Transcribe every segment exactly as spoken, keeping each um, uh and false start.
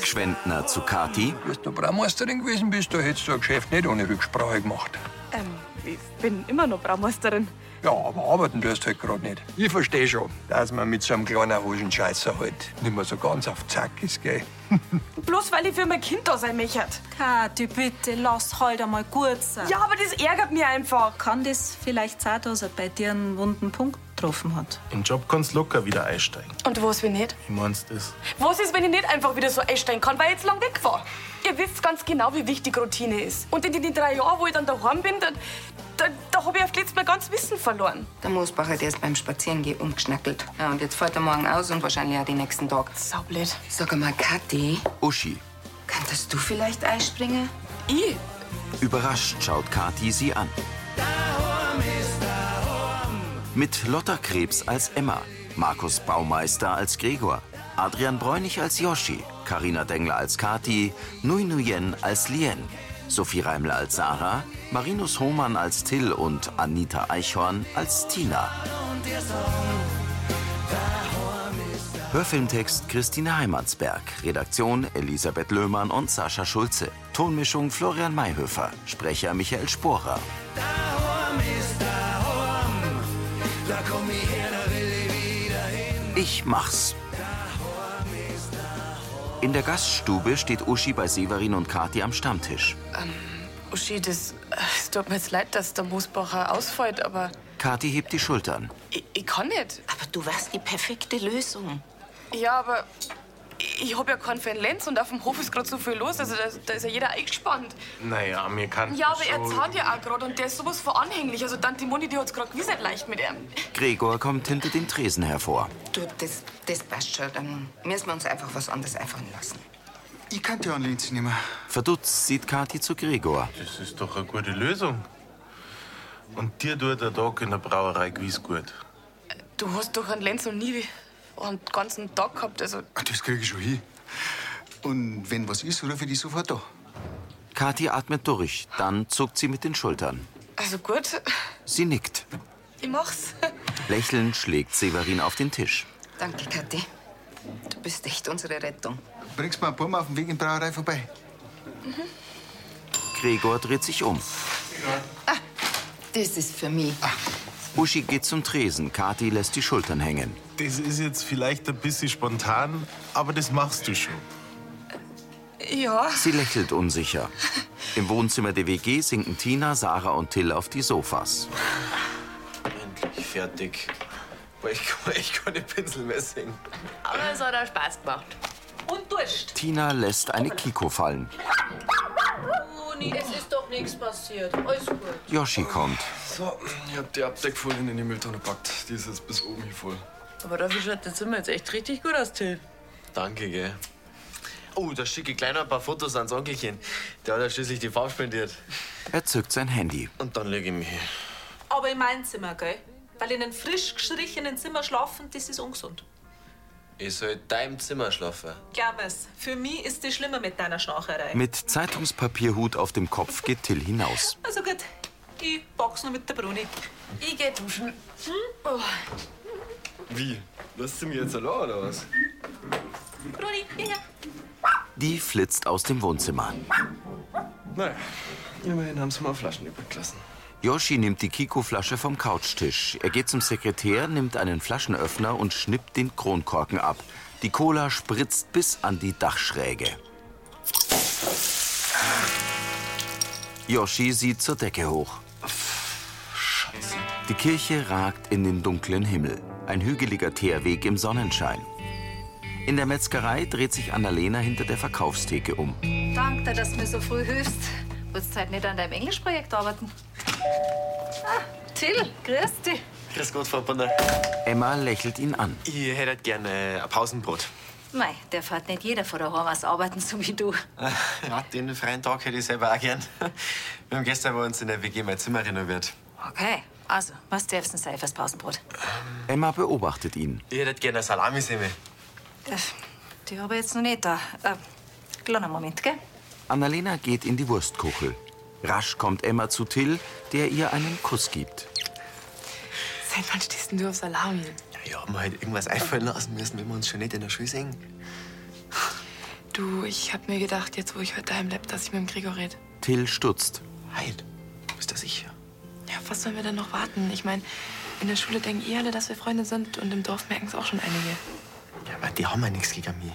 Gschwendner zu Kathi. Wenn du Braumeisterin gewesen bist, da hättest du ein Geschäft nicht ohne Rücksprache gemacht. Ähm, ich bin immer noch Braumeisterin. Ja, aber arbeiten tust du halt gerade nicht. Ich verstehe schon, dass man mit so einem kleinen Hosenscheißer halt nicht mehr so ganz auf Zack ist, gell? Bloß weil ich für mein Kind da sein möchte. Kathi, bitte, lass halt einmal gut sein. Ja, aber das ärgert mich einfach. Kann das vielleicht sein, dass er bei dir einen wunden Punkt getroffen hat? Im Job kannst du locker wieder einsteigen. Und was, wenn nicht? Wie meinst du das? Was ist, wenn ich nicht einfach wieder so einsteigen kann, weil ich jetzt lang weg war? Ihr wisst ganz genau, wie wichtig Routine ist. Und in den drei Jahren, wo ich dann daheim bin, da, da, da habe ich auf letztes Mal ganz Wissen verloren. Der Moosbacher, der ist beim Spazierengehen umgeschnackelt. Ja, und jetzt fällt er morgen aus und wahrscheinlich auch den nächsten Tag. Saublöd. Sag einmal, Kathi, Uschi. kannst du vielleicht einspringen? Ich? Überrascht schaut Kathi sie an. Mit Lotta Krebs als Emma, Markus Baumeister als Gregor, Adrian Bräunig als Joschi, Carina Dengler als Kathi, Nui Nguyen als Lien, Sophie Reimler als Sarah, Marinus Hohmann als Till und Anita Eichhorn als Tina. Hörfilmtext Christine Heimansberg, Redaktion Elisabeth Löhmann und Sascha Schulze, Tonmischung Florian Mayhöfer, Sprecher Michael Sporer. Ich mach's. In der Gaststube steht Uschi bei Severin und Kathi am Stammtisch. Ähm, Uschi, das, es tut mir jetzt leid, dass der Moosbacher ausfällt, aber Kathi hebt die Schultern. ich, ich kann nicht. Aber du warst die perfekte Lösung. Ja, aber ich, ich habe ja keinen Fan Lenz und auf dem Hof ist gerade so viel los. Also da, da ist ja jeder eingespannt. Naja, mir kann. Ja, aber er zahlt ja auch gerade und der ist sowas von anhänglich. Also Tante Moni, die hat's gerade gewiss nicht leicht mit ihm. Gregor kommt hinter dem Tresen hervor. Du, das, das passt schon. Dann müssen wir uns einfach was anderes einfallen lassen. Ich kann ja einen Lenz nehmen. Verdutzt sieht Kathi zu Gregor. Das ist doch eine gute Lösung. Und dir tut der Tag in der Brauerei gewiss gut. Du hast doch einen Lenz noch nie einen ganzen Tag gehabt. Also Das krieg ich schon hin. Und wenn was ist, rufe ich dich sofort an. Kathi atmet durch, dann zuckt sie mit den Schultern. Also gut, Sie nickt. ich mach's. Lächelnd schlägt Severin auf den Tisch. Danke, Kathi. Du bist echt unsere Rettung. Bringst mir ein paar Mal auf dem Weg in die Brauerei vorbei. Gregor dreht sich um. Das ist für mich. Uschi geht zum Tresen, Kathi lässt die Schultern hängen. Das ist jetzt vielleicht ein bisschen spontan, aber das machst du schon. Ja. Sie lächelt unsicher. Im Wohnzimmer der W G sinken Tina, Sarah und Till auf die Sofas. Endlich fertig. Boah, ich kann echt keine Pinsel mehr singen. Aber es hat auch Spaß gemacht. Und Durst. Tina lässt eine Kiko fallen. Moni, es ist doch nichts passiert. Alles gut. Joschi kommt. So, ich hab die Abdeckfolien in die Mülltonne gepackt. Die ist jetzt bis oben hier voll. Aber dafür schaut das Zimmer jetzt echt richtig gut aus, Till. Danke, gell. Oh, da schicke ich gleich noch ein paar Fotos ans Onkelchen. Der hat ja schließlich die Farbe spendiert. Er zückt sein Handy. Und dann lege ich mich hin. Aber in mein Zimmer, gell? Weil in einem frisch gestrichenen Zimmer schlafen, das ist ungesund. Ich soll in deinem Zimmer schlafen. Glaub es, für mich ist das schlimmer mit deiner Schnarcherei. Mit Zeitungspapierhut auf dem Kopf geht Till hinaus. Also gut, ich box noch mit der Bruni. Ich geh duschen. Hm? Oh. Wie? Lässt du mich jetzt allein, oder was? Bruni, hier. Die flitzt aus dem Wohnzimmer. Naja, immerhin haben sie mal Flaschen übrig gelassen. Joschi nimmt die Kiko-Flasche vom Couchtisch. Er geht zum Sekretär, nimmt einen Flaschenöffner und schnippt den Kronkorken ab. Die Cola spritzt bis an die Dachschräge. Joschi sieht zur Decke hoch. Scheiße. Die Kirche ragt in den dunklen Himmel. Ein hügeliger Teerweg im Sonnenschein. In der Metzgerei dreht sich Annalena hinter der Verkaufstheke um. Danke, dass du mir so früh hilfst. Willst du halt nicht an deinem Englischprojekt arbeiten? Ah, Till, grüß dich. Grüß Gott, Frau Bonner. Emma lächelt ihn an. Ich hätte gerne ein Pausenbrot. Mei, der fährt nicht jeder von daheim aus arbeiten, so wie du. Ja, den freien Tag hätte ich selber auch gern. Wir haben gestern bei uns in der W G mein Zimmer renoviert. Okay, also, was darf's denn sein fürs Pausenbrot? Emma beobachtet ihn. Ich hätte gerne eine Salamisemmel. Äh, die habe ich jetzt noch nicht da. Äh, kleiner Moment, gell? Annalena geht in die Wurstkuchel. Rasch kommt Emma zu Till, der ihr einen Kuss gibt. Seit wann stehst denn du auf Salami? Ja, ich hab mir halt irgendwas einfallen lassen müssen, wenn wir uns schon nicht in der Schule sehen. Du, ich hab mir gedacht, jetzt wo ich heute daheim lebe, dass ich mit dem Gregor rede. Till stutzt. Heid, bist du sicher? Ja, was sollen wir denn noch warten? Ich meine, in der Schule denken eh alle, dass wir Freunde sind und im Dorf merken es auch schon einige. Ja, aber die haben ja nichts gegen mich.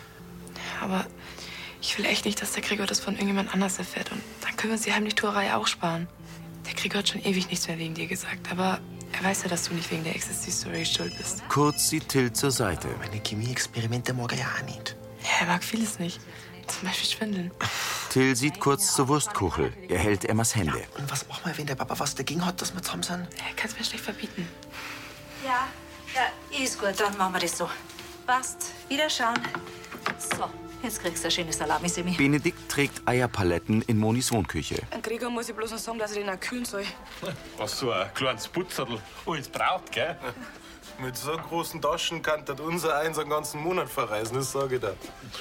Ja, aber ich will echt nicht, dass der Gregor das von irgendjemand anders erfährt. Und dann können wir uns die Heimlichtuerei auch sparen. Der Gregor hat schon ewig nichts mehr wegen dir gesagt, aber er weiß ja, dass du nicht wegen der Ecstasy-Story schuld bist. Kurz sieht Till zur Seite. Meine Chemie-Experimente mag er ja auch nicht. Ja, er mag vieles nicht. Zum Beispiel Schwindeln. Till sieht kurz zur Wurstkuchel. Er hält Emmas Hände. Und was machen wir, wenn der Papa was dagegen hat, dass wir zusammen sind? Er kann es mir schlecht verbieten. Ja, ja, ist gut, dann machen wir das so. Passt, wiederschauen. So, jetzt kriegst du ein schönes Salami-Semi. Benedikt trägt Eierpaletten in Monis Wohnküche. An Gregor muss ich bloß noch sagen, dass er den auch kühlen soll. Was so ein kleines Putzerl alles braucht, gell? Mit so großen Taschen kann das unser eins einen ganzen Monat verreisen, das sage ich dir.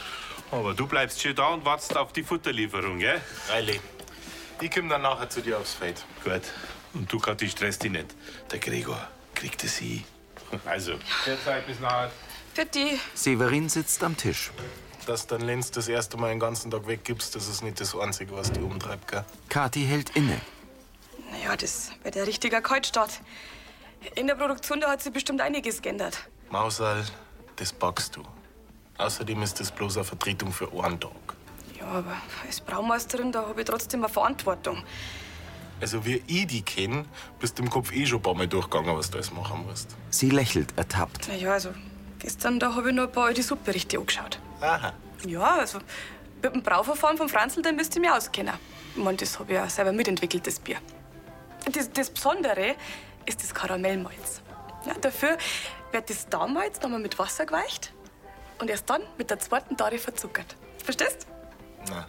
Aber du bleibst schön da und wartest auf die Futterlieferung, gell? Eili, ich komm dann nachher zu dir aufs Feld. Gut. Und du, Kathi, stresst dich nicht. Der Gregor kriegt es hin. Also, der Zeit bis nachher. Für die. Severin sitzt am Tisch. Dass du dann Lenz das erste Mal den ganzen Tag weggibst, das ist nicht das Einzige, was dich umtreibt, gell? Kathi hält inne. Naja, das wird ein richtiger Kaltstart. In der Produktion, da hat sich bestimmt einiges geändert. Mausal, das packst du. Außerdem ist das bloß eine Vertretung für einen Tag. Ja, aber als Braumeisterin, da habe ich trotzdem eine Verantwortung. Also, wie ich die kenne, bist du im Kopf eh schon ein paar Mal durchgegangen, was du alles machen musst. Sie lächelt ertappt. Naja, also gestern, da habe ich noch ein paar alte Subberichte angeschaut. Aha. Ja, also mit dem Brauverfahren von Franzl, da müsst ihr mich auskennen. Ich meine, das habe ich ja selber mitentwickelt, das Bier. Das, das Besondere ist das Karamellmalz. Ja, dafür wird das damals nochmal mit Wasser geweicht und erst dann mit der zweiten Tare verzuckert. Verstehst? Na.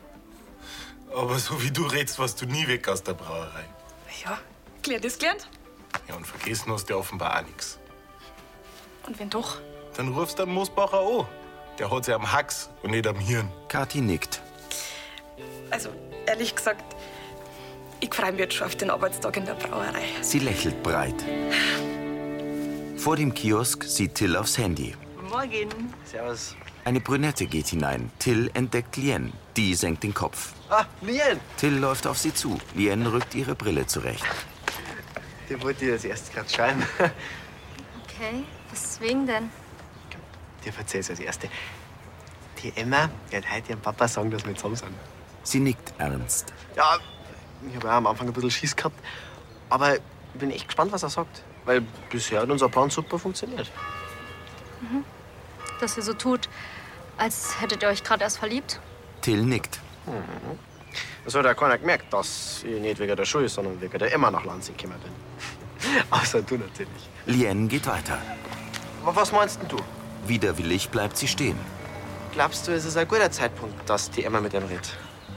Aber so wie du redst, warst du nie weg aus der Brauerei. Ja, gelernt ist gelernt. Ja, und vergessen hast du offenbar auch nichts. Und wenn doch? Dann rufst du den Moosbacher an. Der hat sie am Hax und nicht am Hirn. Kathi nickt. Also, ehrlich gesagt, ich freue mich jetzt schon auf den Arbeitstag in der Brauerei. Sie lächelt breit. Vor dem Kiosk sieht Till aufs Handy. Morgen. Servus. Eine Brünette geht hinein. Till entdeckt Lien. Die senkt den Kopf. Ah, Lien! Till läuft auf sie zu. Lien rückt ihre Brille zurecht. Die wollte ich als erstes gerade schreiben. Okay, weswegen denn? Dir erzähl's als Erste. Die Emma wird heute ihrem Papa sagen, dass wir zusammen sind. Sie nickt ernst. Ja, ich habe auch am Anfang ein bisschen Schiss gehabt. Aber ich bin echt gespannt, was er sagt. Weil bisher hat unser Plan super funktioniert. Mhm. Dass ihr so tut, als hättet ihr euch gerade erst verliebt? Till nickt. Mhm. Es hat ja keiner gemerkt, dass ich nicht wegen der Schule, sondern wegen der Emma nach Lansing gekommen bin. Außer du natürlich. Lien geht weiter. Aber was meinst denn du? Widerwillig bleibt sie stehen. Glaubst du, es ist ein guter Zeitpunkt, dass die Emma mit ihm redet?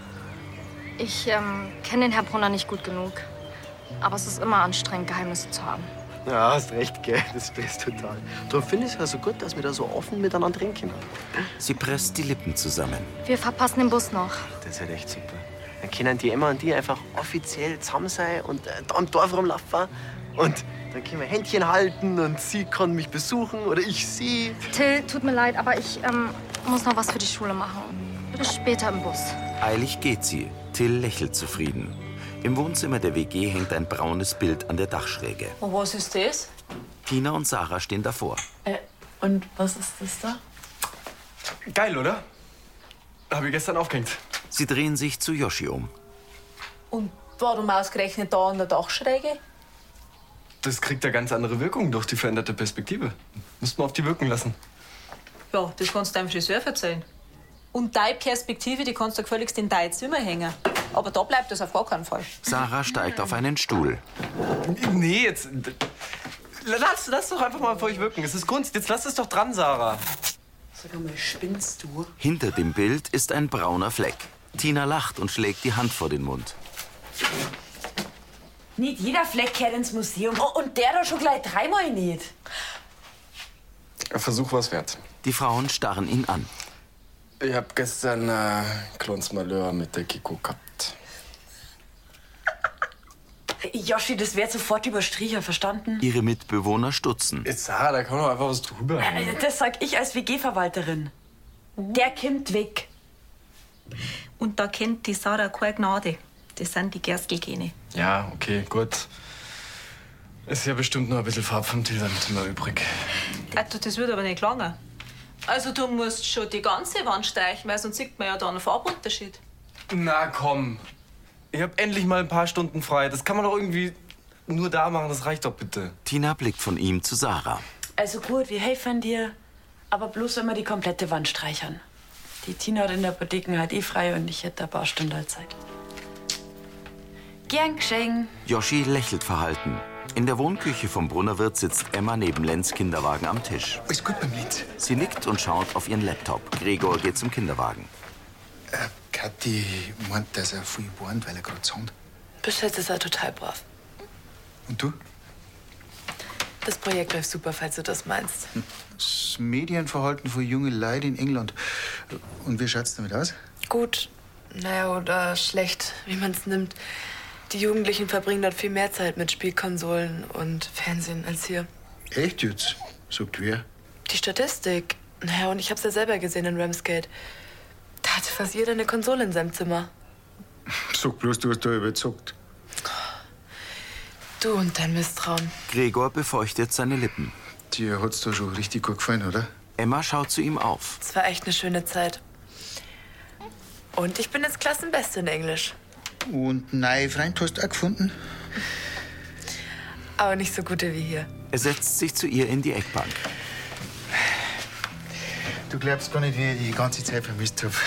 Ich ähm, kenne den Herrn Brunner nicht gut genug. Aber es ist immer anstrengend, Geheimnisse zu haben. Ja, hast recht, gell? Das stresst total. Darum finde ich es ja so gut, dass wir da so offen miteinander reden können. Sie presst die Lippen zusammen. Wir verpassen den Bus noch. Das ist halt echt super. Dann können die Emma und die einfach offiziell zusammen sein und äh, da im Dorf rumlaufen. Und dann können wir Händchen halten und sie kann mich besuchen oder ich sie. Till, tut mir leid, aber ich ähm, muss noch was für die Schule machen. Bis später im Bus. Eilig geht sie. Till lächelt zufrieden. Im Wohnzimmer der W G hängt ein braunes Bild an der Dachschräge. Und was ist das? Tina und Sarah stehen davor. Äh, und was ist das da? Geil, oder? Habe ich gestern aufgehängt. Sie drehen sich zu Yoshi um. Und warum ausgerechnet da an der Dachschräge? Das kriegt eine ganz andere Wirkung durch die veränderte Perspektive. Müsst man auf die wirken lassen. Ja, das kannst du deinem Friseur verzeihen. Und deine Perspektive, die kannst du gefälligst in dein Zimmer hängen. Aber da bleibt das auf gar keinen Fall. Sarah steigt auf einen Stuhl. Nee, jetzt. Lass, lass doch einfach mal auf euch wirken. Es ist Kunst. Jetzt lass es doch dran, Sarah. Sag mal, spinnst du? Hinter dem Bild ist ein brauner Fleck. Tina lacht und schlägt die Hand vor den Mund. Nicht jeder Fleck kehrt ins Museum. Oh, und der da schon gleich dreimal nicht. Ein Versuch war's wert. Die Frauen starren ihn an. Ich hab gestern äh, ein kleines Malheur mit der Kiko gehabt. Joschi, das wird sofort überstrichen, verstanden? Ihre Mitbewohner stutzen. Jetzt, Sarah, da kann doch einfach was drüber. Äh, Das sag ich als W G-Verwalterin. Der kommt weg. Und da kennt die Sarah keine Gnade. Das sind die Gerstl-Gene. Ja, okay, gut. Ist ja bestimmt noch ein bisschen Farbe vom Tilsandzimmer übrig. Also, das wird aber nicht lange. Also du musst schon die ganze Wand streichen, weil sonst sieht man ja da einen Farbunterschied. Na komm. Ich hab endlich mal ein paar Stunden frei. Das kann man doch irgendwie nur da machen. Das reicht doch bitte. Tina blickt von ihm zu Sarah. Also gut, wir helfen dir. Aber bloß, wenn wir die komplette Wand streichern. Die Tina hat in der Apotheke halt eh frei und ich hätte ein paar Stunden Zeit. Gern geschehen. Joschi lächelt verhalten. In der Wohnküche vom Brunnerwirt sitzt Emma neben Lenz Kinderwagen am Tisch. Alles gut beim Lenz? Sie nickt und schaut auf ihren Laptop. Gregor geht zum Kinderwagen. Äh, Kathi meint, dass er viel warnt, weil er gerade zahnt. Bis jetzt ist er total brav. Und du? Das Projekt läuft super, falls du das meinst. Das Medienverhalten von jungen Leuten in England. Und wie schaut's damit aus? Gut. Naja, oder schlecht, wie man es nimmt. Die Jugendlichen verbringen dort viel mehr Zeit mit Spielkonsolen und Fernsehen als hier. Echt jetzt? Sagt wer? Die Statistik. Naja, und ich hab's ja selber gesehen in Ramsgate. Da hatte fast jeder eine Konsole in seinem Zimmer. Sag bloß, du hast da überzeugt. Du und dein Misstrauen. Gregor befeuchtet seine Lippen. Dir hat's da schon richtig gut gefallen, oder? Emma schaut zu ihm auf. Es war echt eine schöne Zeit. Und ich bin jetzt Klassenbeste in Englisch. Und neue Freund hast du auch gefunden? Aber nicht so gute wie hier. Er setzt sich zu ihr in die Eckbank. Du glaubst gar nicht, wie ich die ganze Zeit vermisst hab.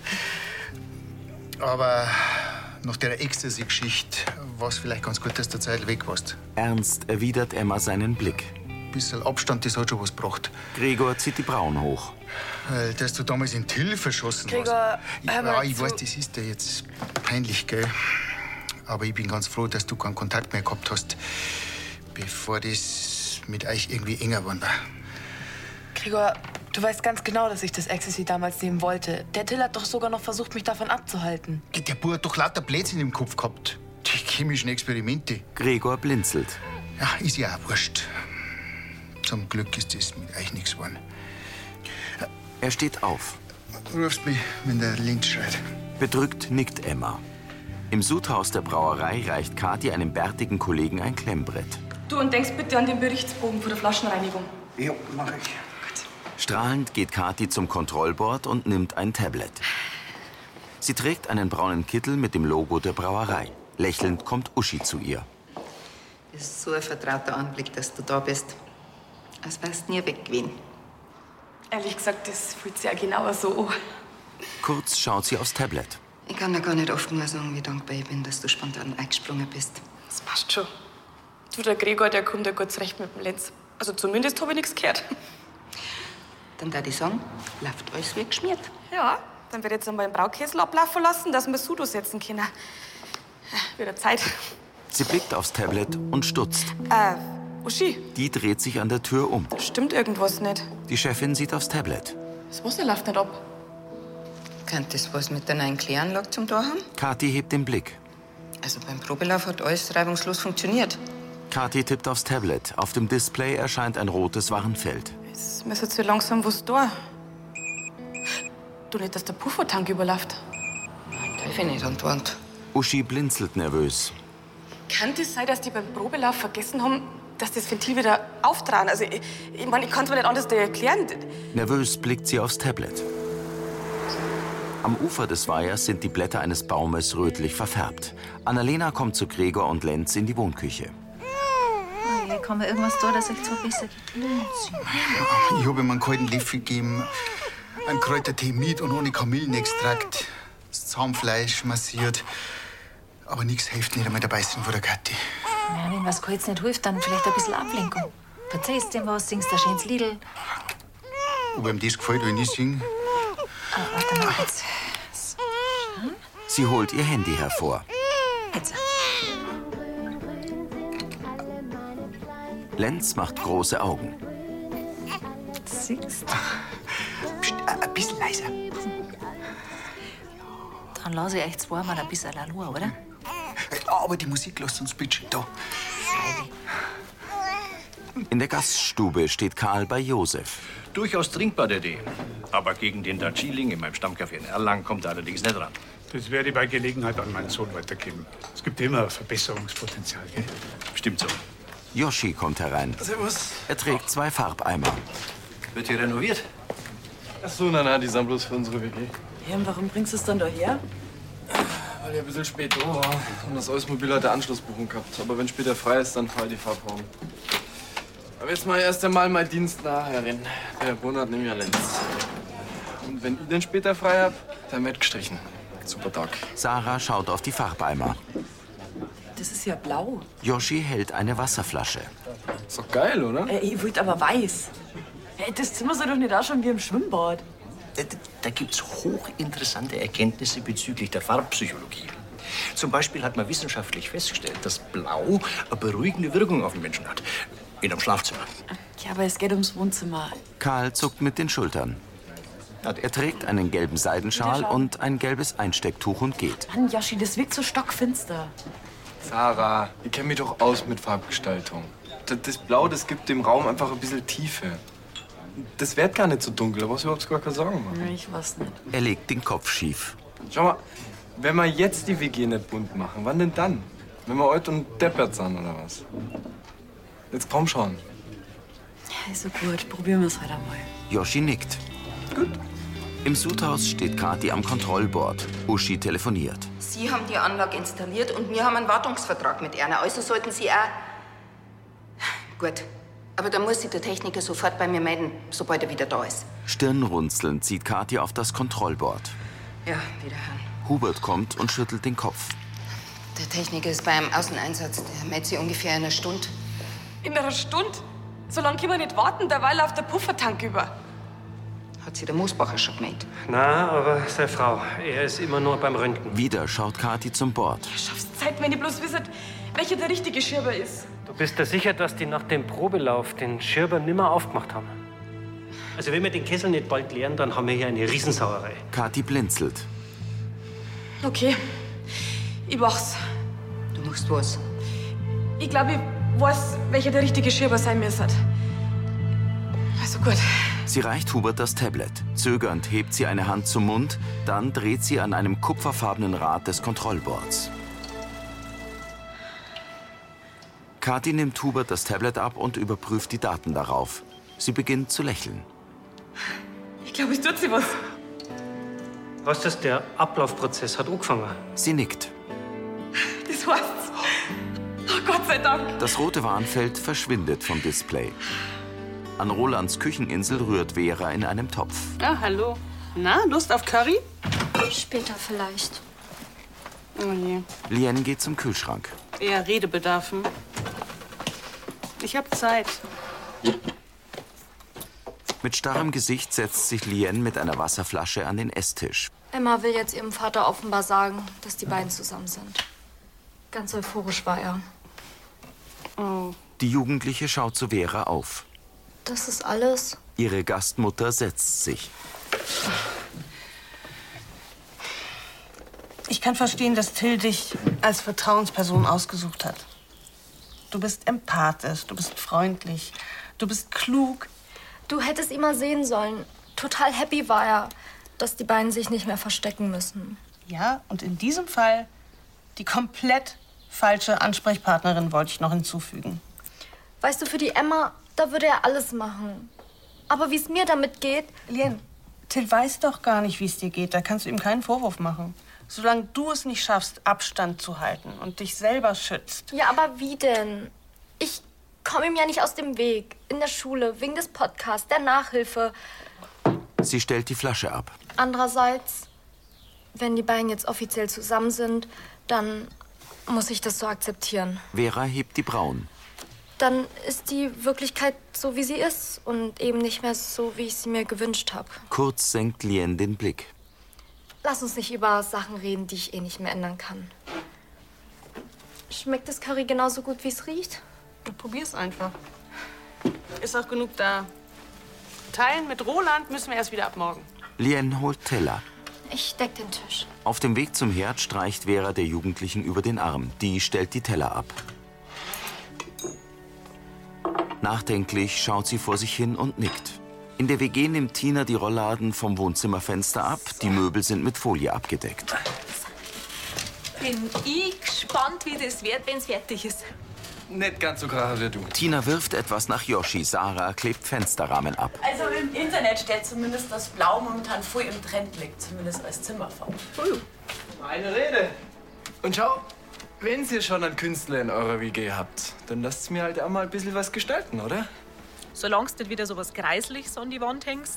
Aber nach der Ecstasy-Geschichte war es vielleicht ganz gut, dass du Zeit weg warst. Ernst erwidert Emma seinen Blick. Ein bisschen Abstand, das hat schon was gebracht. Gregor zieht die Brauen hoch. Weil, dass du damals in Till verschossen Gregor, warst. hör mal Ja, ich zu. weiß, das ist dir jetzt peinlich, gell? Aber ich bin ganz froh, dass du keinen Kontakt mehr gehabt hast, bevor das mit euch irgendwie enger geworden war. Gregor, du weißt ganz genau, dass ich das Ecstasy damals nehmen wollte. Der Till hat doch sogar noch versucht, mich davon abzuhalten. Der Bub hat doch lauter Blödsinn im Kopf gehabt. Die chemischen Experimente. Gregor blinzelt. Ja, ist ja auch wurscht. Zum Glück ist das mit euch nichts geworden. Er steht auf. Rufst mich, wenn der Lenz schreit. Bedrückt nickt Emma. Im Sudhaus der Brauerei reicht Kathi einem bärtigen Kollegen ein Klemmbrett. Du, und denkst bitte an den Berichtsbogen für die Flaschenreinigung. Ja, mach ich. Strahlend geht Kathi zum Kontrollbord und nimmt ein Tablet. Sie trägt einen braunen Kittel mit dem Logo der Brauerei. Lächelnd kommt Uschi zu ihr. Es ist so ein vertrauter Anblick, dass du da bist. Als wärst du nie weg gewesen. Ehrlich gesagt, das fühlt sich ja genauer so an. Kurz schaut sie aufs Tablet. Ich kann dir gar nicht oft nur sagen, wie dankbar ich bin, dass du spontan eingesprungen bist. Das passt schon. Du, der Gregor, der kommt ja gut zurecht mit dem Lenz. Also zumindest habe ich nichts gehört. Dann darf ich sagen, läuft alles wie geschmiert. Ja, dann wird jetzt einmal den Braukessel ablaufen lassen, dass wir Sudo setzen können. Ja, wieder Zeit. Sie blickt aufs Tablet und stutzt. Äh, Uschi, Die dreht sich an der Tür um. stimmt irgendwas nicht. Die Chefin sieht aufs Tablet. Das Wasser läuft nicht ab. Könnte das was mit der neuen Kläranlage zum Tor haben? Kathi hebt den Blick. Also beim Probelauf hat alles reibungslos funktioniert. Kathi tippt aufs Tablet. Auf dem Display erscheint ein rotes Warnfeld. Jetzt müssen wir langsam was da. Du nicht, dass der Puffertank überläuft. Darf ich nicht antworten. Uschi blinzelt nervös. Kann das sein, dass die beim Probelauf vergessen haben, dass das Ventil wieder auftragen? Also, ich, ich meine, ich kann es mir nicht anders erklären. Nervös blickt sie aufs Tablet. Am Ufer des Weihers sind die Blätter eines Baumes rötlich verfärbt. Annalena kommt zu Gregor und Lenz in die Wohnküche. Oh je, kann mir irgendwas da, dass ich so besser geht? Ich habe ihm einen kalten Löffel gegeben, einen Kräutertee mit und ohne Kamillenextrakt, das Zahnfleisch massiert. Aber nichts hilft nicht einmal der Beißen von der Kathi. Ja, wenn was Kaltes nicht hilft, dann vielleicht ein bisschen Ablenkung. Verzeihst ihm was, singst ein schönes Liedl. Ob ihm das gefällt, wenn ich singe? Ah, warte mal jetzt. Sie holt ihr Handy hervor. Jetzt. Lenz macht große Augen. Siehst Psst, ein bisschen leiser. Dann lasse ich euch zweimal ein bisschen Lalua, oder? Aber die Musik lässt uns bitte da. In der Gaststube steht Karl bei Josef. Durchaus trinkbar, der Tee. Aber gegen den Darjeeling in meinem Stammcafé in Erlangen kommt er allerdings nicht ran. Das werde ich bei Gelegenheit an meinen Sohn weitergeben. Es gibt immer Verbesserungspotenzial, gell? Stimmt so. Yoshi kommt herein. Servus. Er trägt zwei Farbeimer. Wird hier renoviert? Ach so, na, na, die sind bloß für unsere W G. Ja, und warum bringst du es dann da her? Weil ich ein bisschen spät da war und das Ausmobil hat eine Anschlussbuchung gehabt. Aber wenn später frei ist, dann fahr ich die Farbhauen. Aber jetzt mal erst einmal mein Dienst nachher rennen. Der Monat nimmt ja Lenz. Und wenn ich dann später frei hab, dann wird gestrichen. Super Tag. Sarah schaut auf die Farbeimer. Das ist ja blau. Yoshi hält eine Wasserflasche. Ist doch geil, oder? Äh, ich wollte aber weiß. Hey, das Zimmer soll doch nicht ausschauen wie im Schwimmbad. Da, da gibt es hochinteressante Erkenntnisse bezüglich der Farbpsychologie. Zum Beispiel hat man wissenschaftlich festgestellt, dass Blau eine beruhigende Wirkung auf den Menschen hat. In einem Schlafzimmer. Ja, aber es geht ums Wohnzimmer. Karl zuckt mit den Schultern. Er trägt einen gelben Seidenschal und ein gelbes Einstecktuch und geht. Mann, Yoshi, das wirkt so stockfinster. Sarah, ich kenne mich doch aus mit Farbgestaltung. Das, das Blau, das gibt dem Raum einfach ein bisschen Tiefe. Das wird gar nicht so dunkel, da brauchst du überhaupt gar keine Sorgen machen. Ich weiß nicht. Er legt den Kopf schief. Schau mal, wenn wir jetzt die W G nicht bunt machen, wann denn dann? Wenn wir alt und deppert sind, oder was? Jetzt komm schon. Ja, ist so gut. Probieren wir es halt einmal. Yoshi nickt. Gut. Im Sudhaus steht Kathi am Kontrollboard. Uschi telefoniert. Sie haben die Anlage installiert und wir haben einen Wartungsvertrag mit Erna. Also sollten Sie auch... Gut. Aber dann muss sich der Techniker sofort bei mir melden, sobald er wieder da ist. Stirnrunzelnd zieht Kathi auf das Kontrollboard. Ja, wiederhören. Hubert kommt und schüttelt den Kopf. Der Techniker ist beim Außeneinsatz. Der meldet sich ungefähr in einer Stunde. In einer Stunde? So lange können wir nicht warten, derweil läuft der Puffertank über. Hat sich der Moosbacher schon gemeldet? Na, aber seine Frau, er ist immer nur beim Röntgen. Wieder schaut Kathi zum Board. Schaff's Zeit, wenn ihr bloß wisst, welcher der richtige Schirber ist. Du bist dir sicher, dass die nach dem Probelauf den Schirber nimmer aufgemacht haben? Also wenn wir den Kessel nicht bald leeren, dann haben wir hier eine Riesensauerei. Kathi blinzelt. Okay, ich mach's. Du machst was? Ich glaube, ich weiß, welcher der richtige Schirber sein müsste. Also gut. Sie reicht Hubert das Tablet. Zögernd hebt sie eine Hand zum Mund, dann dreht sie an einem kupferfarbenen Rad des Kontrollboards. Kathi nimmt Hubert das Tablet ab und überprüft die Daten darauf. Sie beginnt zu lächeln. Ich glaube, es tut sie was. Was ist der Ablaufprozess hat angefangen? Sie nickt. Das heißt's. Oh, Gott sei Dank. Das rote Warnfeld verschwindet vom Display. An Rolands Kücheninsel rührt Vera in einem Topf. Ah, hallo. Na, Lust auf Curry? Später vielleicht. Oh je. Lien geht zum Kühlschrank. Eher Redebedarfen. Ich hab Zeit. Mit starrem Gesicht setzt sich Lien mit einer Wasserflasche an den Esstisch. Emma will jetzt ihrem Vater offenbar sagen, dass die beiden zusammen sind. Ganz euphorisch war er. Oh. Die Jugendliche schaut zu Vera auf. Das ist alles? Ihre Gastmutter setzt sich. Ich kann verstehen, dass Till dich als Vertrauensperson ausgesucht hat. Du bist empathisch, du bist freundlich, du bist klug. Du hättest ihn mal sehen sollen. Total happy war er, dass die beiden sich nicht mehr verstecken müssen. Ja, und in diesem Fall die komplett falsche Ansprechpartnerin wollte ich noch hinzufügen. Weißt du, für die Emma, da würde er alles machen. Aber wie es mir damit geht... Lien, Till weiß doch gar nicht, wie es dir geht. Da kannst du ihm keinen Vorwurf machen. Solange du es nicht schaffst, Abstand zu halten und dich selber schützt. Ja, aber wie denn? Ich komme ihm ja nicht aus dem Weg. In der Schule, wegen des Podcasts, der Nachhilfe. Sie stellt die Flasche ab. Andererseits, wenn die beiden jetzt offiziell zusammen sind, dann muss ich das so akzeptieren. Vera hebt die Brauen. Dann ist die Wirklichkeit so, wie sie ist und eben nicht mehr so, wie ich sie mir gewünscht habe. Kurz senkt Lien den Blick. Lass uns nicht über Sachen reden, die ich eh nicht mehr ändern kann. Schmeckt das Curry genauso gut, wie es riecht? Du probier's einfach. Ist auch genug da. Teilen mit Roland müssen wir erst wieder ab morgen. Lien holt Teller. Ich deck den Tisch. Auf dem Weg zum Herd streicht Vera der Jugendlichen über den Arm. Die stellt die Teller ab. Nachdenklich schaut sie vor sich hin und nickt. In der W G nimmt Tina die Rollladen vom Wohnzimmerfenster ab. Die Möbel sind mit Folie abgedeckt. Bin ich gespannt, wie das wird, wenn's fertig ist. Nicht ganz so gerade wie du. Tina wirft etwas nach Yoshi. Sarah klebt Fensterrahmen ab. Also im Internet steht zumindest, dass Blau momentan voll im Trend liegt, zumindest als Zimmerfarbe. Eine Rede. Und schau, wenn ihr schon einen Künstler in eurer W G habt, dann lasst mir halt auch mal ein bisschen was gestalten, oder? Solange du nicht wieder so was Kreisliches an die Wand hängst.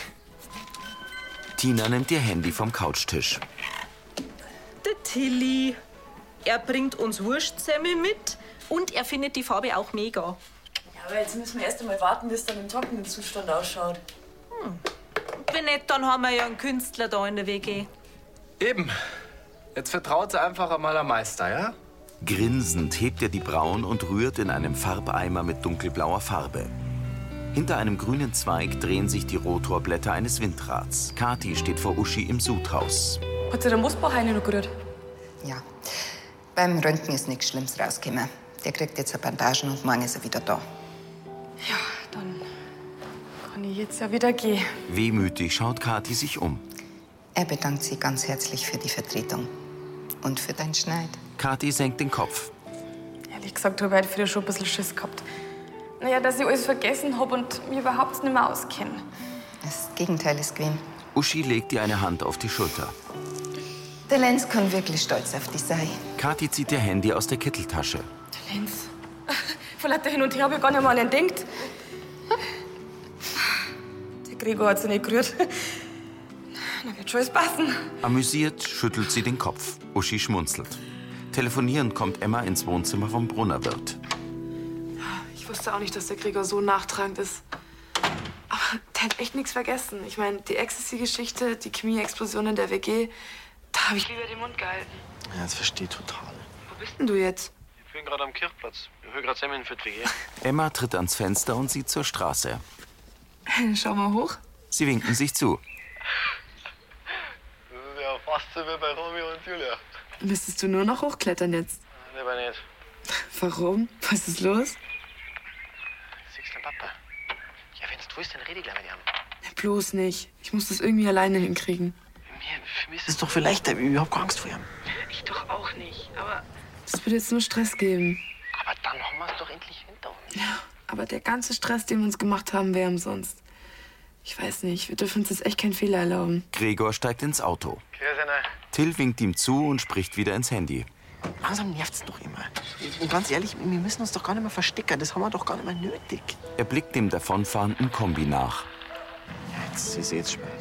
Tina nimmt ihr Handy vom Couchtisch. Der Tilly, er bringt uns Wurstsemmel mit und er findet die Farbe auch mega. Ja, aber jetzt müssen wir erst einmal warten, bis dann im trockenen Zustand ausschaut. Hm. Wenn nicht, dann haben wir ja einen Künstler da in der W G. Eben. Jetzt vertraut einfach einmal am Meister, ja? Grinsend hebt er die Brauen und rührt in einem Farbeimer mit dunkelblauer Farbe. Hinter einem grünen Zweig drehen sich die Rotorblätter eines Windrads. Kathi steht vor Uschi im Sudhaus. Hat sich der Moosbach eine noch gerührt? Ja. Beim Röntgen ist nichts Schlimmes rausgekommen. Der kriegt jetzt eine Bandagen und morgen ist er wieder da. Ja, dann kann ich jetzt ja wieder gehen. Wehmütig schaut Kathi sich um. Er bedankt sich ganz herzlich für die Vertretung und für deinen Schneid. Kathi senkt den Kopf. Ehrlich gesagt habe ich heute früher schon ein bisschen Schiss gehabt. Naja, dass ich alles vergessen habe und mich überhaupt nicht mehr auskenne. Das Gegenteil ist gewesen. Uschi legt ihr eine Hand auf die Schulter. Der Lenz kann wirklich stolz auf dich sein. Kathi zieht ihr Handy aus der Kitteltasche. Der Lenz. Vor lauter hin und her habe ich gar nicht mehr an ihn gedacht. Der Gregor hat sich nicht gerührt. Na, wird schon alles passen. Amüsiert schüttelt sie den Kopf. Uschi schmunzelt. Telefonierend kommt Emma ins Wohnzimmer vom Brunnerwirt. Ich wusste auch nicht, dass der Gregor so nachtragend ist. Aber der hat echt nichts vergessen. Ich meine, die Ecstasy-Geschichte, die Chemie-Explosion in der W G, da habe ich lieber den Mund gehalten. Ja, das verstehe ich total. Wo bist denn du jetzt? Ich bin gerade am Kirchplatz. Ich höre gerade Semmeln für die W G. Emma tritt ans Fenster und sieht zur Straße. Schau mal hoch. Sie winken sich zu. Das ist ja fast so wie bei Romeo und Julia. Müsstest du nur noch hochklettern jetzt? Lieber nicht. Warum? Was ist los? Siehst du, Papa? Ja, wenn du willst, dann rede ich gleich mit ihm. Bloß nicht. Ich muss das irgendwie alleine hinkriegen. Für mich ist es doch viel leichter. Ich hab keine Angst vor ihm. Ich doch auch nicht. Aber das wird jetzt nur Stress geben. Aber dann haben wir es doch endlich hinter uns. Ja, aber der ganze Stress, den wir uns gemacht haben, wäre umsonst. Ich weiß nicht, wir dürfen uns jetzt echt keinen Fehler erlauben. Gregor steigt ins Auto. Till winkt ihm zu und spricht wieder ins Handy. Langsam nervt's doch immer. Und ganz ehrlich, wir müssen uns doch gar nicht mehr verstecken. Das haben wir doch gar nicht mehr nötig. Er blickt dem davonfahrenden Kombi nach. Ja, jetzt ist es jetzt spät.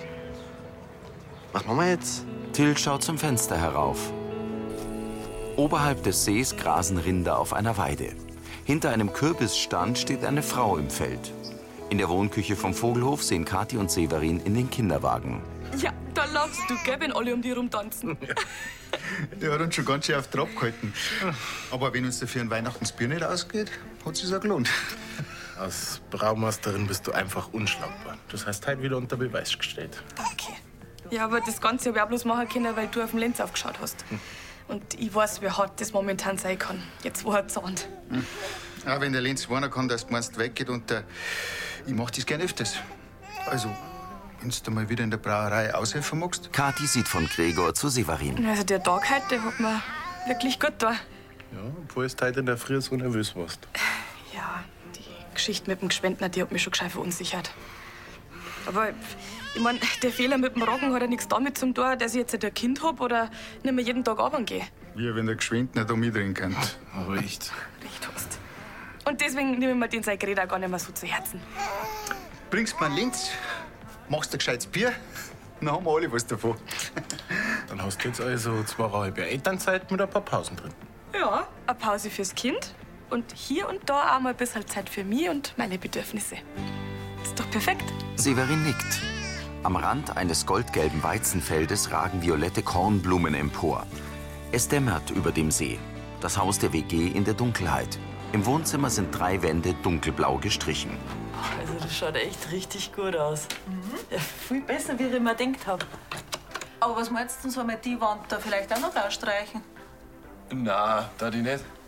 Was machen wir jetzt? Till schaut zum Fenster herauf. Oberhalb des Sees grasen Rinder auf einer Weide. Hinter einem Kürbisstand steht eine Frau im Feld. In der Wohnküche vom Vogelhof sehen Kathi und Severin in den Kinderwagen. Ja, da lachst du, gell, wenn alle um die rumtanzen. Der hat uns schon ganz schön auf Trab gehalten. Aber wenn uns dafür ein Weihnachtsbier nicht ausgeht, hat es sich auch gelohnt. Als Braumeisterin bist du einfach unschlagbar. Das heißt, heute wieder unter Beweis gestellt. Danke. Ja, aber das Ganze habe ich auch bloß machen können, weil du auf den Lenz aufgeschaut hast. Hm. Und ich weiß, wie hart das momentan sein kann. Jetzt, wo er zahnt. Hm. Auch wenn der Lenz warnen kann, dass du meinst, weggeht und der, ich mach das gern öfters. Also, wenn du mal wieder in der Brauerei aushelfen magst. Kathi sieht von Gregor zu Severin. Also der Tag heute, der hat mir wirklich gut getan. Ja, obwohl du heute in der Früh so nervös warst. Ja, die Geschichte mit dem Gespendner, die hat mich schon gescheit verunsichert. Aber ich mein, der Fehler mit dem Roggen hat ja nichts damit zu tun, dass ich jetzt ein Kind hab oder nicht mehr jeden Tag arbeiten gehe. Wie wenn der Geschwindner da mitdrehen kann. Aber echt. Recht hast. Und deswegen nehme ich mir den sein Gerät auch gar nicht mehr so zu Herzen. Bringst mir einen Lenz, machst ein gescheites Bier, dann haben wir alle was davon. Dann hast du jetzt also zweieinhalb Jahre Elternzeit mit ein paar Pausen drin. Ja, eine Pause fürs Kind und hier und da auch mal ein bisschen Zeit für mich und meine Bedürfnisse. Ist doch perfekt. Severin nickt. Am Rand eines goldgelben Weizenfeldes ragen violette Kornblumen empor. Es dämmert über dem See. Das Haus der W G in der Dunkelheit. Im Wohnzimmer sind drei Wände dunkelblau gestrichen. Also das schaut echt richtig gut aus. Mhm. Ja, viel besser, wie ich mir gedacht habe. Aber was meinst du, soll man die Wand da vielleicht auch noch ausstreichen? Na, da die nicht.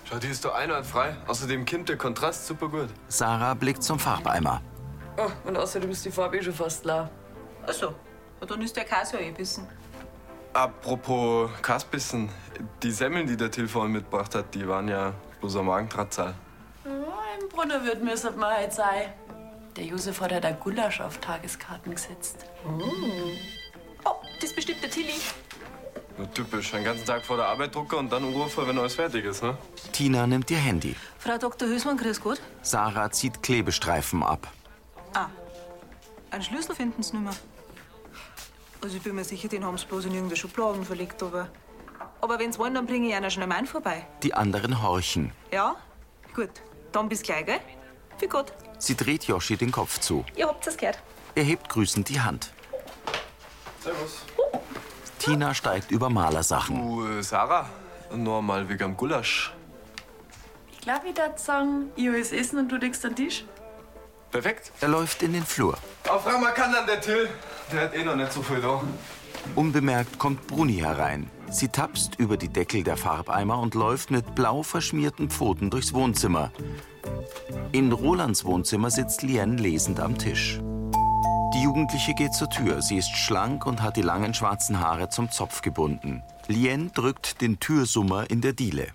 Schau, die ist doch einwandfrei. Außerdem kommt der Kontrast super gut. Sarah blickt zum Farbeimer. Oh, und außerdem ist die Farbe eh schon fast klar. Ach so, ja, dann ist der Käse ja eh bissen. Apropos Kasbissen, die Semmeln, die der Till vorhin mitgebracht hat, die waren ja bloß am Magentratzal. Oh, im Brunner wird müssen wir heute sein. Der Josef hat ja da Gulasch auf Tageskarten gesetzt. Oh, oh das ist bestimmt der Tilly. Na, typisch, einen ganzen Tag vor der Arbeit drucken und dann anrufen, wenn alles fertig ist, ne? Tina nimmt ihr Handy. Frau Doktor Hösmann, grüß Gott. Sarah zieht Klebestreifen ab. Ah, einen Schlüssel finden Sie nicht mehr. Also ich bin mir sicher, den haben Sie bloß in irgendeine Schublade verlegt, aber... Aber wenn Sie wollen, dann bringe ich Ihnen schnell meinen vorbei. Die anderen horchen. Ja? Gut. Dann bis gleich, gell? Für Gott. Sie dreht Joschi den Kopf zu. Ihr habt es gehört. Er hebt grüßend die Hand. Servus. Tina steigt über Malersachen. Du, äh, Sarah, noch mal wegen am Gulasch. Ich glaube, ich würde sagen, ich will essen und du legst den Tisch. Perfekt. Er läuft in den Flur. Auf einmal kann dann der Till. Der hat eh noch nicht so viel da. Unbemerkt kommt Bruni herein. Sie tapst über die Deckel der Farbeimer und läuft mit blau verschmierten Pfoten durchs Wohnzimmer. In Rolands Wohnzimmer sitzt Lien lesend am Tisch. Die Jugendliche geht zur Tür. Sie ist schlank und hat die langen schwarzen Haare zum Zopf gebunden. Lien drückt den Türsummer in der Diele.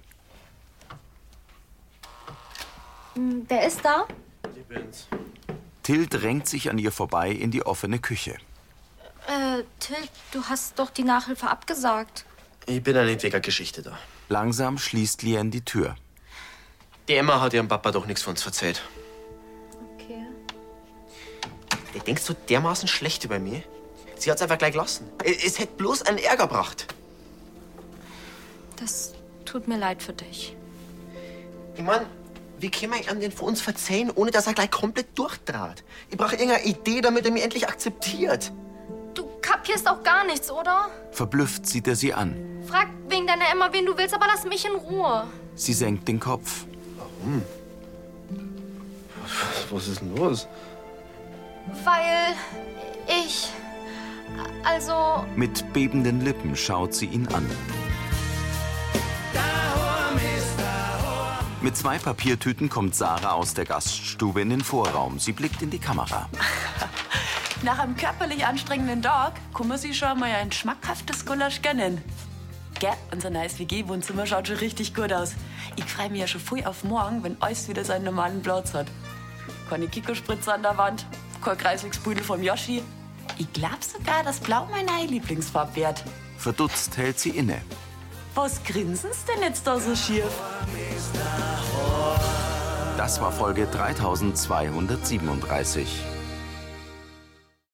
Wer ist da? Ich bin's. Till drängt sich an ihr vorbei in die offene Küche. Äh, Till, du hast doch die Nachhilfe abgesagt. Ich bin ja nicht wegen Geschichte da. Langsam schließt Lien die Tür. Die Emma hat ihrem Papa doch nichts von uns erzählt. Okay. Der denkt so dermaßen schlecht über mich. Sie hat's einfach gleich gelassen. Es, es hätte bloß einen Ärger gebracht. Das tut mir leid für dich. Ich mein, wie kann man ihm den von uns verzeihen, ohne dass er gleich komplett durchtrat? Ich brauche irgendeine Idee, damit er mich endlich akzeptiert. Du kapierst auch gar nichts, oder? Verblüfft sieht er sie an. Frag wegen deiner Emma, wen du willst, aber lass mich in Ruhe. Sie senkt den Kopf. Warum? Was ist denn los? Weil ich... Also... Mit bebenden Lippen schaut sie ihn an. Mit zwei Papiertüten kommt Sarah aus der Gaststube in den Vorraum. Sie blickt in die Kamera. Nach einem körperlich anstrengenden Tag kann man sich schon mal ein schmackhaftes Gulasch gönnen. Gell, unser neues W G-Wohnzimmer schaut schon richtig gut aus. Ich freue mich ja schon voll auf morgen, wenn alles wieder seinen normalen Platz hat. Keine Kikospritze an der Wand, kein Kreislingsbüdel vom Joschi. Ich glaub sogar, dass Blau meine neue Lieblingsfarbe wird. Verdutzt hält sie inne. Was grinsen's denn jetzt da so schief? Das war Folge dreitausendzweihundertsiebenunddreißig.